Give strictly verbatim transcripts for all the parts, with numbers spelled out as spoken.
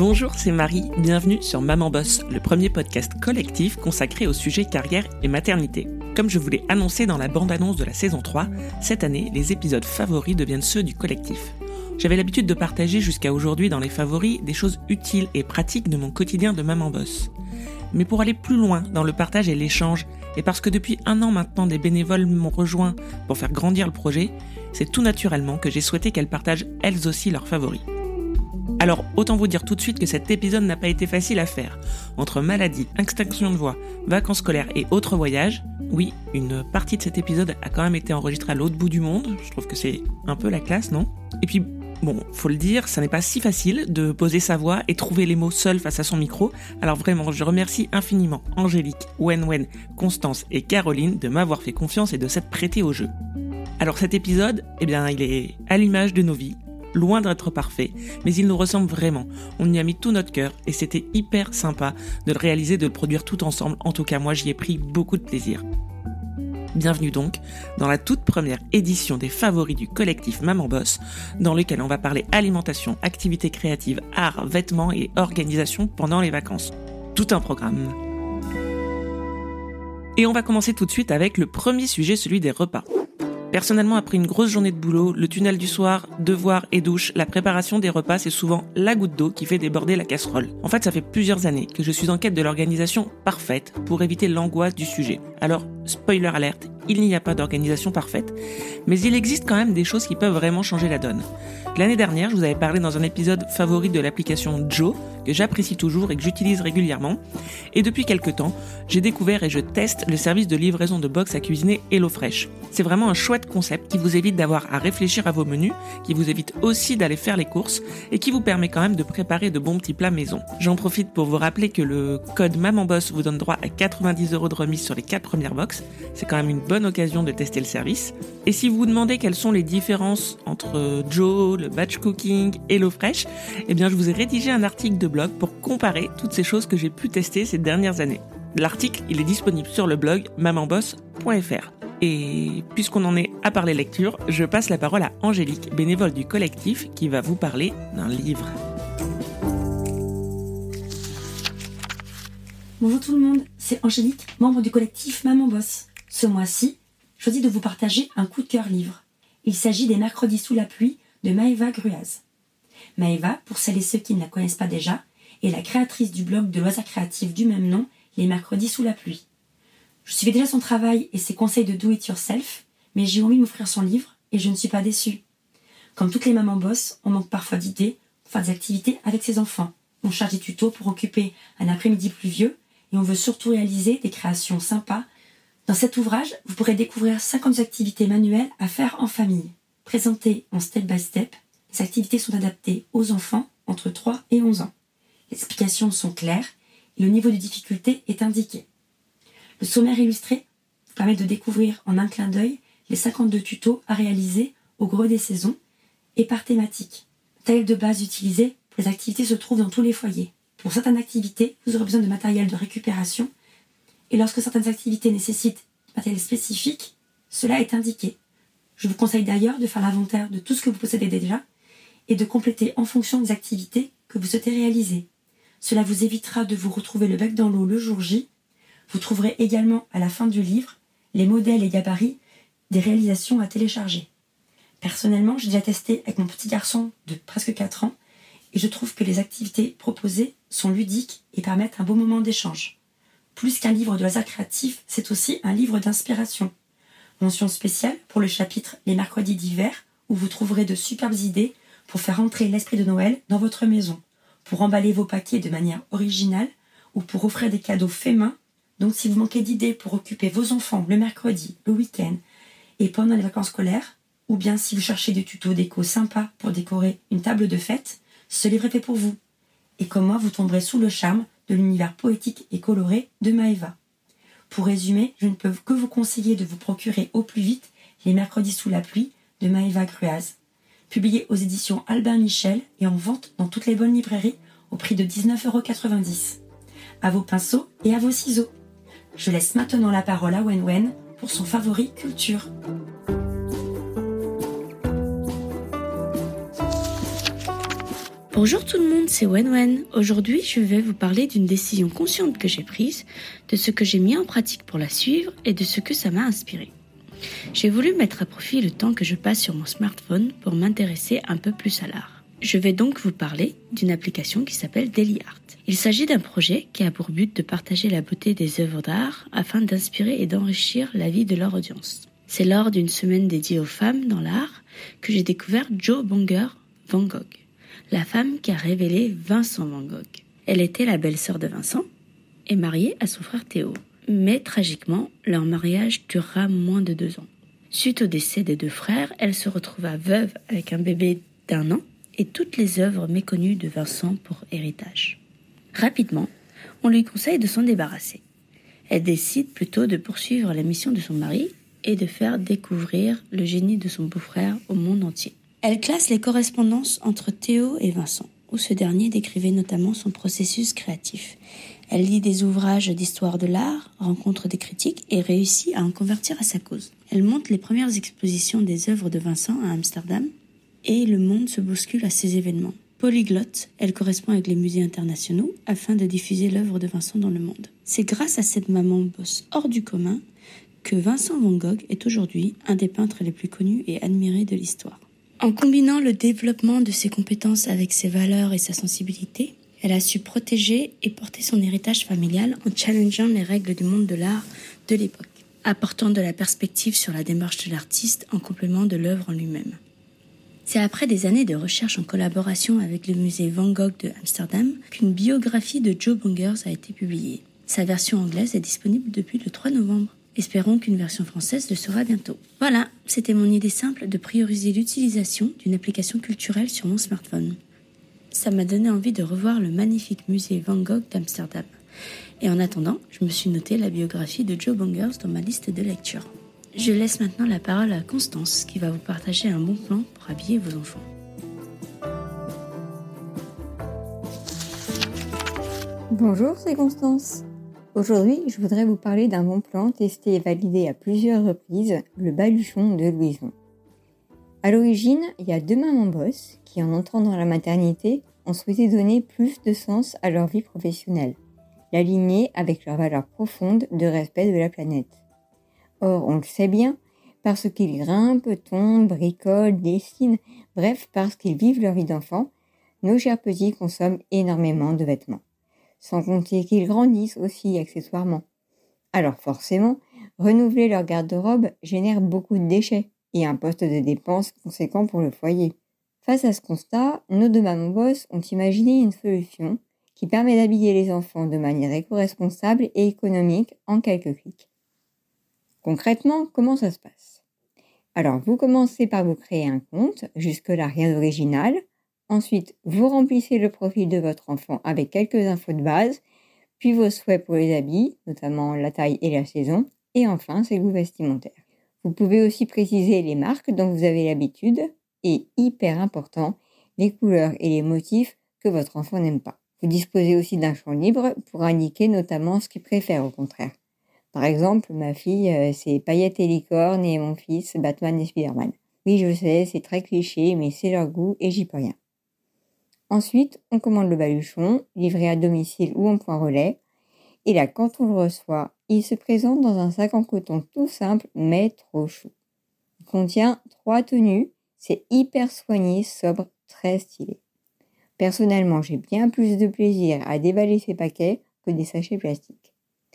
Bonjour, c'est Marie, bienvenue sur Maman Boss, le premier podcast collectif consacré au sujet carrière et maternité. Comme je vous l'ai annoncé dans la bande-annonce de la saison trois, cette année, les épisodes favoris deviennent ceux du collectif. J'avais l'habitude de partager jusqu'à aujourd'hui dans les favoris des choses utiles et pratiques de mon quotidien de Maman Boss. Mais pour aller plus loin dans le partage et l'échange, et parce que depuis un an maintenant des bénévoles m'ont rejoint pour faire grandir le projet, c'est tout naturellement que j'ai souhaité qu'elles partagent elles aussi leurs favoris. Alors autant vous dire tout de suite que cet épisode n'a pas été facile à faire. Entre maladie, extinction de voix, vacances scolaires et autres voyages, oui, une partie de cet épisode a quand même été enregistrée à l'autre bout du monde, je trouve que c'est un peu la classe, non ? Et puis, bon, faut le dire, ça n'est pas si facile de poser sa voix et trouver les mots seul face à son micro, alors vraiment, je remercie infiniment Angélique, Wen-Wen, Constance et Caroline de m'avoir fait confiance et de s'être prêtées au jeu. Alors cet épisode, eh bien, il est à l'image de nos vies, loin d'être parfait, mais il nous ressemble vraiment. On y a mis tout notre cœur et c'était hyper sympa de le réaliser, de le produire tout ensemble. En tout cas, moi, j'y ai pris beaucoup de plaisir. Bienvenue donc dans la toute première édition des favoris du collectif Maman Boss, dans lequel on va parler alimentation, activités créatives, art, vêtements et organisation pendant les vacances. Tout un programme. Et on va commencer tout de suite avec le premier sujet, celui des repas. Personnellement, après une grosse journée de boulot, le tunnel du soir, devoirs et douche, la préparation des repas, c'est souvent la goutte d'eau qui fait déborder la casserole. En fait, ça fait plusieurs années que je suis en quête de l'organisation parfaite pour éviter l'angoisse du sujet. Alors, spoiler alerte, il n'y a pas d'organisation parfaite, mais il existe quand même des choses qui peuvent vraiment changer la donne. L'année dernière, je vous avais parlé dans un épisode favori de l'application Joe, que j'apprécie toujours et que j'utilise régulièrement. Et depuis quelques temps, j'ai découvert et je teste le service de livraison de box à cuisiner HelloFresh. C'est vraiment un chouette concept qui vous évite d'avoir à réfléchir à vos menus, qui vous évite aussi d'aller faire les courses et qui vous permet quand même de préparer de bons petits plats maison. J'en profite pour vous rappeler que le code MAMANBOSS vous donne droit à quatre-vingt-dix euros de remise sur les quatre premières box. C'est quand même une bonne occasion de tester le service. Et si vous vous demandez quelles sont les différences entre Joe, le batch cooking et HelloFresh, eh bien je vous ai rédigé un article de blog pour comparer toutes ces choses que j'ai pu tester ces dernières années. L'article, il est disponible sur le blog maman boss point f r. Et puisqu'on en est à parler lecture, je passe la parole à Angélique, bénévole du collectif, qui va vous parler d'un livre. Bonjour tout le monde, c'est Angélique, membre du collectif Maman Boss. Ce mois-ci, je choisis de vous partager un coup de cœur livre. Il s'agit des Mercredis sous la pluie de Maëva Gruaz. Maëva, pour celles et ceux qui ne la connaissent pas déjà, est la créatrice du blog de loisirs créatifs du même nom, Les Mercredis sous la pluie. Je suivais déjà son travail et ses conseils de do it yourself, mais j'ai envie de m'offrir son livre et je ne suis pas déçue. Comme toutes les mamans boss, on manque parfois d'idées pour faire des activités avec ses enfants. On charge des tutos pour occuper un après-midi pluvieux et on veut surtout réaliser des créations sympas. Dans cet ouvrage, vous pourrez découvrir cinquante activités manuelles à faire en famille. Présentées en step by step, les activités sont adaptées aux enfants entre trois et onze ans. Les explications sont claires et le niveau de difficulté est indiqué. Le sommaire illustré vous permet de découvrir en un clin d'œil les cinquante-deux tutos à réaliser au gré des saisons et par thématique. Le matériel de base utilisé pour les activités se trouve dans tous les foyers. Pour certaines activités, vous aurez besoin de matériel de récupération et lorsque certaines activités nécessitent du matériel spécifique, cela est indiqué. Je vous conseille d'ailleurs de faire l'inventaire de tout ce que vous possédez déjà et de compléter en fonction des activités que vous souhaitez réaliser. Cela vous évitera de vous retrouver le bec dans l'eau le jour J. Vous trouverez également à la fin du livre les modèles et gabarits des réalisations à télécharger. Personnellement, j'ai déjà testé avec mon petit garçon de presque quatre ans et je trouve que les activités proposées sont ludiques et permettent un beau moment d'échange. Plus qu'un livre de loisirs créatifs, c'est aussi un livre d'inspiration. Mention spéciale pour le chapitre Les mercredis d'hiver où vous trouverez de superbes idées pour faire entrer l'esprit de Noël dans votre maison, pour emballer vos paquets de manière originale ou pour offrir des cadeaux faits main. Donc si vous manquez d'idées pour occuper vos enfants le mercredi, le week-end et pendant les vacances scolaires, ou bien si vous cherchez des tutos déco sympas pour décorer une table de fête, ce livre est fait pour vous. Et comme moi, vous tomberez sous le charme de l'univers poétique et coloré de Maëva. Pour résumer, je ne peux que vous conseiller de vous procurer au plus vite Les Mercredis sous la pluie de Maëva Gruaz, publié aux éditions Albin Michel et en vente dans toutes les bonnes librairies au prix de dix-neuf euros quatre-vingt-dix. À vos pinceaux et à vos ciseaux. Je laisse maintenant la parole à Wen-Wen pour son favori culture. Bonjour tout le monde, c'est Wen Wen. Aujourd'hui, je vais vous parler d'une décision consciente que j'ai prise, de ce que j'ai mis en pratique pour la suivre et de ce que ça m'a inspiré. J'ai voulu mettre à profit le temps que je passe sur mon smartphone pour m'intéresser un peu plus à l'art. Je vais donc vous parler d'une application qui s'appelle Daily Art. Il s'agit d'un projet qui a pour but de partager la beauté des œuvres d'art afin d'inspirer et d'enrichir la vie de leur audience. C'est lors d'une semaine dédiée aux femmes dans l'art que j'ai découvert Jo Bonger Van Gogh, la femme qui a révélé Vincent Van Gogh. Elle était la belle-sœur de Vincent et mariée à son frère Théo. Mais tragiquement, leur mariage durera moins de deux ans. Suite au décès des deux frères, elle se retrouva veuve avec un bébé d'un an et toutes les œuvres méconnues de Vincent pour héritage. Rapidement, on lui conseille de s'en débarrasser. Elle décide plutôt de poursuivre la mission de son mari et de faire découvrir le génie de son beau-frère au monde entier. Elle classe les correspondances entre Théo et Vincent, où ce dernier décrivait notamment son processus créatif. Elle lit des ouvrages d'histoire de l'art, rencontre des critiques et réussit à en convertir à sa cause. Elle monte les premières expositions des œuvres de Vincent à Amsterdam et le monde se bouscule à ces événements. Polyglotte, elle correspond avec les musées internationaux afin de diffuser l'œuvre de Vincent dans le monde. C'est grâce à cette maman boss hors du commun que Vincent Van Gogh est aujourd'hui un des peintres les plus connus et admirés de l'histoire. En combinant le développement de ses compétences avec ses valeurs et sa sensibilité, elle a su protéger et porter son héritage familial en challengeant les règles du monde de l'art de l'époque, apportant de la perspective sur la démarche de l'artiste en complément de l'œuvre en lui-même. C'est après des années de recherche en collaboration avec le musée Van Gogh de Amsterdam qu'une biographie de Jo Bongers a été publiée. Sa version anglaise est disponible depuis le trois novembre. Espérons qu'une version française le sera bientôt. Voilà, c'était mon idée simple de prioriser l'utilisation d'une application culturelle sur mon smartphone. Ça m'a donné envie de revoir le magnifique musée Van Gogh d'Amsterdam. Et en attendant, je me suis noté la biographie de Jo Bongers dans ma liste de lecture. Je laisse maintenant la parole à Constance qui va vous partager un bon plan pour habiller vos enfants. Bonjour, c'est Constance. Aujourd'hui, je voudrais vous parler d'un bon plan testé et validé à plusieurs reprises, le baluchon de Louison. À l'origine, il y a deux mamans boss qui, en entrant dans la maternité, ont souhaité donner plus de sens à leur vie professionnelle, l'aligner avec leurs valeurs profondes de respect de la planète. Or, on le sait bien, parce qu'ils grimpent, tombent, bricolent, dessinent, bref, parce qu'ils vivent leur vie d'enfant, nos chers petits consomment énormément de vêtements. Sans compter qu'ils grandissent aussi accessoirement. Alors forcément, renouveler leur garde-robe génère beaucoup de déchets et un poste de dépenses conséquent pour le foyer. Face à ce constat, nos deux mamans boss ont imaginé une solution qui permet d'habiller les enfants de manière éco-responsable et économique en quelques clics. Concrètement, comment ça se passe ? Alors, vous commencez par vous créer un compte, jusque-là rien d'original. Ensuite, vous remplissez le profil de votre enfant avec quelques infos de base, puis vos souhaits pour les habits, notamment la taille et la saison, et enfin ses goûts vestimentaires. Vous pouvez aussi préciser les marques dont vous avez l'habitude, et hyper important, les couleurs et les motifs que votre enfant n'aime pas. Vous disposez aussi d'un champ libre pour indiquer notamment ce qu'il préfère au contraire. Par exemple, ma fille, euh, c'est paillettes et licornes et mon fils, Batman et Spider-Man. Oui, je sais, c'est très cliché, mais c'est leur goût et j'y peux rien. Ensuite, on commande le baluchon, livré à domicile ou en point relais. Et là, quand on le reçoit, il se présente dans un sac en coton tout simple, mais trop chou. Il contient trois tenues, c'est hyper soigné, sobre, très stylé. Personnellement, j'ai bien plus de plaisir à déballer ces paquets que des sachets plastiques.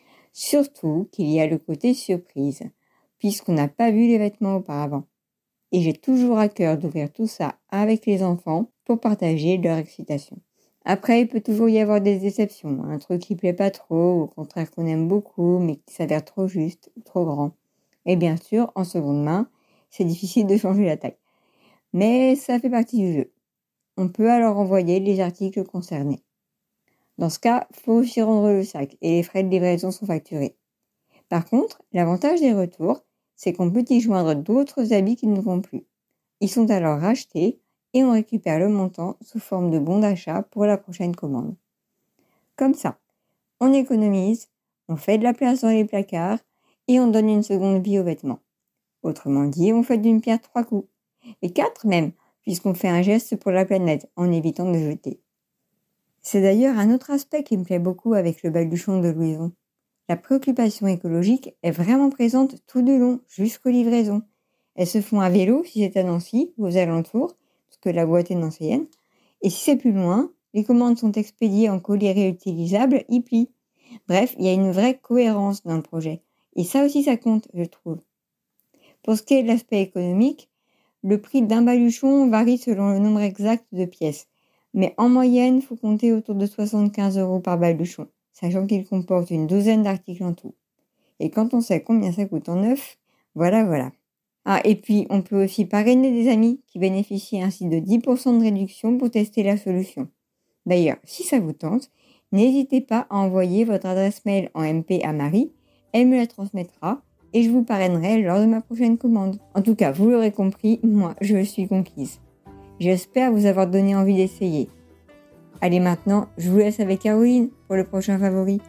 Surtout qu'il y a le côté surprise, puisqu'on n'a pas vu les vêtements auparavant. Et j'ai toujours à cœur d'ouvrir tout ça avec les enfants pour partager leur excitation. Après, il peut toujours y avoir des déceptions, un truc qui plaît pas trop, ou au contraire qu'on aime beaucoup, mais qui s'avère trop juste ou trop grand. Et bien sûr, en seconde main, c'est difficile de changer la taille. Mais ça fait partie du jeu. On peut alors envoyer les articles concernés. Dans ce cas, il faut aussi rendre le sac et les frais de livraison sont facturés. Par contre, l'avantage des retours, c'est qu'on peut y joindre d'autres habits qui ne vont plus. Ils sont alors rachetés et on récupère le montant sous forme de bon d'achat pour la prochaine commande. Comme ça, on économise, on fait de la place dans les placards et on donne une seconde vie aux vêtements. Autrement dit, on fait d'une pierre trois coups. Et quatre même, puisqu'on fait un geste pour la planète en évitant de jeter. C'est d'ailleurs un autre aspect qui me plaît beaucoup avec le baluchon de Louison. La préoccupation écologique est vraiment présente tout du long, jusqu'aux livraisons. Elles se font à vélo si c'est à Nancy ou aux alentours, parce que la boîte est nancéenne. Et si c'est plus loin, les commandes sont expédiées en colis réutilisables, y plient. Bref, il y a une vraie cohérence dans le projet. Et ça aussi, ça compte, je trouve. Pour ce qui est de l'aspect économique, le prix d'un baluchon varie selon le nombre exact de pièces. Mais en moyenne, il faut compter autour de soixante-quinze euros par baluchon, sachant qu'il comporte une douzaine d'articles en tout. Et quand on sait combien ça coûte en neuf, voilà, voilà. Ah, et puis, on peut aussi parrainer des amis qui bénéficient ainsi de dix pour cent de réduction pour tester la solution. D'ailleurs, si ça vous tente, n'hésitez pas à envoyer votre adresse mail en M P à Marie, elle me la transmettra et je vous parrainerai lors de ma prochaine commande. En tout cas, vous l'aurez compris, moi, je suis conquise. J'espère vous avoir donné envie d'essayer. Allez, maintenant, je vous laisse avec Caroline pour le prochain favori.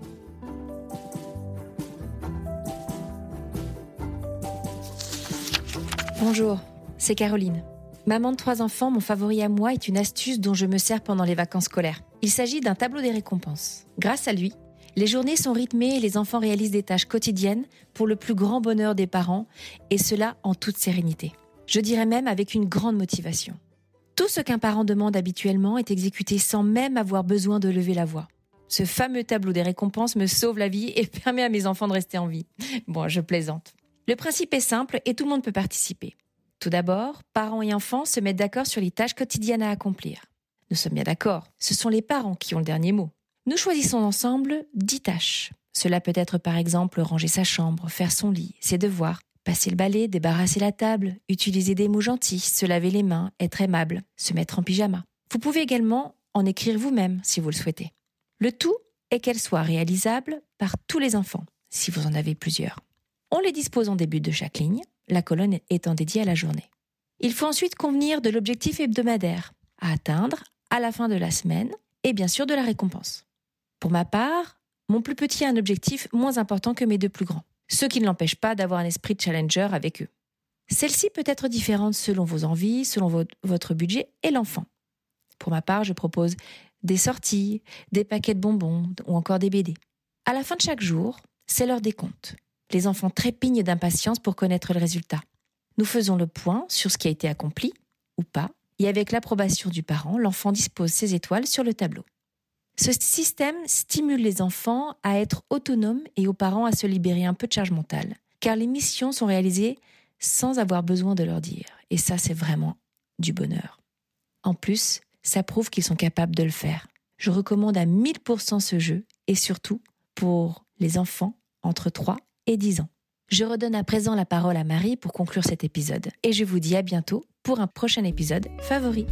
Bonjour, c'est Caroline. Maman de trois enfants, mon favori à moi est une astuce dont je me sers pendant les vacances scolaires. Il s'agit d'un tableau des récompenses. Grâce à lui, les journées sont rythmées et les enfants réalisent des tâches quotidiennes pour le plus grand bonheur des parents, et cela en toute sérénité. Je dirais même avec une grande motivation. Tout ce qu'un parent demande habituellement est exécuté sans même avoir besoin de lever la voix. Ce fameux tableau des récompenses me sauve la vie et permet à mes enfants de rester en vie. Bon, je plaisante. Le principe est simple et tout le monde peut participer. Tout d'abord, parents et enfants se mettent d'accord sur les tâches quotidiennes à accomplir. Nous sommes bien d'accord, ce sont les parents qui ont le dernier mot. Nous choisissons ensemble dix tâches. Cela peut être par exemple ranger sa chambre, faire son lit, ses devoirs, passer le balai, débarrasser la table, utiliser des mots gentils, se laver les mains, être aimable, se mettre en pyjama. Vous pouvez également en écrire vous-même si vous le souhaitez. Le tout est qu'elles soient réalisables par tous les enfants, si vous en avez plusieurs. On les dispose en début de chaque ligne, la colonne étant dédiée à la journée. Il faut ensuite convenir de l'objectif hebdomadaire à atteindre à la fin de la semaine et bien sûr de la récompense. Pour ma part, mon plus petit a un objectif moins important que mes deux plus grands, ce qui ne l'empêche pas d'avoir un esprit de challenger avec eux. Celle-ci peut être différente selon vos envies, selon vo- votre budget et l'enfant. Pour ma part, je propose des sorties, des paquets de bonbons ou encore des B D. À la fin de chaque jour, c'est l'heure des comptes. Les enfants trépignent d'impatience pour connaître le résultat. Nous faisons le point sur ce qui a été accompli ou pas, et avec l'approbation du parent, l'enfant dispose ses étoiles sur le tableau. Ce système stimule les enfants à être autonomes et aux parents à se libérer un peu de charge mentale, car les missions sont réalisées sans avoir besoin de leur dire. Et ça, c'est vraiment du bonheur. En plus, ça prouve qu'ils sont capables de le faire. Je recommande à mille pour cent ce jeu, et surtout pour les enfants entre trois et dix ans. Je redonne à présent la parole à Marie pour conclure cet épisode, et je vous dis à bientôt pour un prochain épisode favori.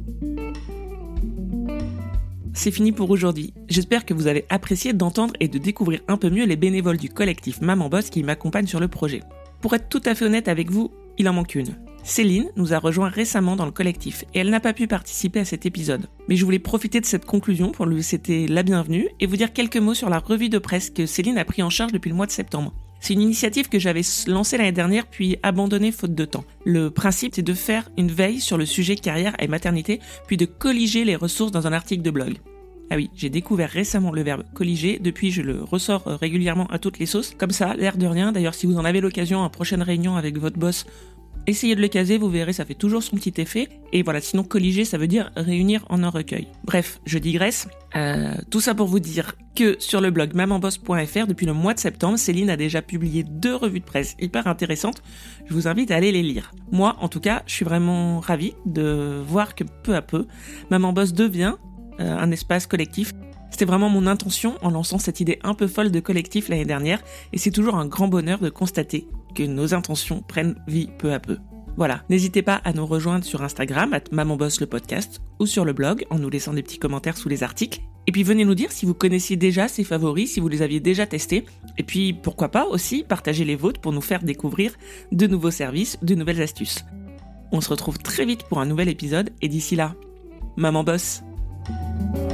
C'est fini pour aujourd'hui. J'espère que vous avez apprécié d'entendre et de découvrir un peu mieux les bénévoles du collectif Maman Boss qui m'accompagnent sur le projet. Pour être tout à fait honnête avec vous, il en manque une. Céline nous a rejoint récemment dans le collectif et elle n'a pas pu participer à cet épisode. Mais je voulais profiter de cette conclusion pour lui souhaiter la bienvenue et vous dire quelques mots sur la revue de presse que Céline a pris en charge depuis le mois de septembre. C'est une initiative que j'avais lancée l'année dernière puis abandonnée faute de temps. Le principe, c'est de faire une veille sur le sujet carrière et maternité, puis de colliger les ressources dans un article de blog. Ah oui, j'ai découvert récemment le verbe colliger, depuis je le ressors régulièrement à toutes les sauces. Comme ça, l'air de rien, d'ailleurs si vous en avez l'occasion en prochaine réunion avec votre boss, essayez de le caser, vous verrez, ça fait toujours son petit effet. Et voilà, sinon colliger, ça veut dire réunir en un recueil. Bref, je digresse. Euh, tout ça pour vous dire que sur le blog maman boss point f r, depuis le mois de septembre, Céline a déjà publié deux revues de presse hyper intéressantes. Je vous invite à aller les lire. Moi, en tout cas, je suis vraiment ravie de voir que peu à peu, Maman Boss devient euh, un espace collectif. C'était vraiment mon intention en lançant cette idée un peu folle de collectif l'année dernière, et c'est toujours un grand bonheur de constater que nos intentions prennent vie peu à peu. Voilà, n'hésitez pas à nous rejoindre sur Instagram, at Maman Boss le podcast, ou sur le blog, en nous laissant des petits commentaires sous les articles. Et puis venez nous dire si vous connaissiez déjà ces favoris, si vous les aviez déjà testés, et puis pourquoi pas aussi partager les vôtres pour nous faire découvrir de nouveaux services, de nouvelles astuces. On se retrouve très vite pour un nouvel épisode, et d'ici là, Maman Boss!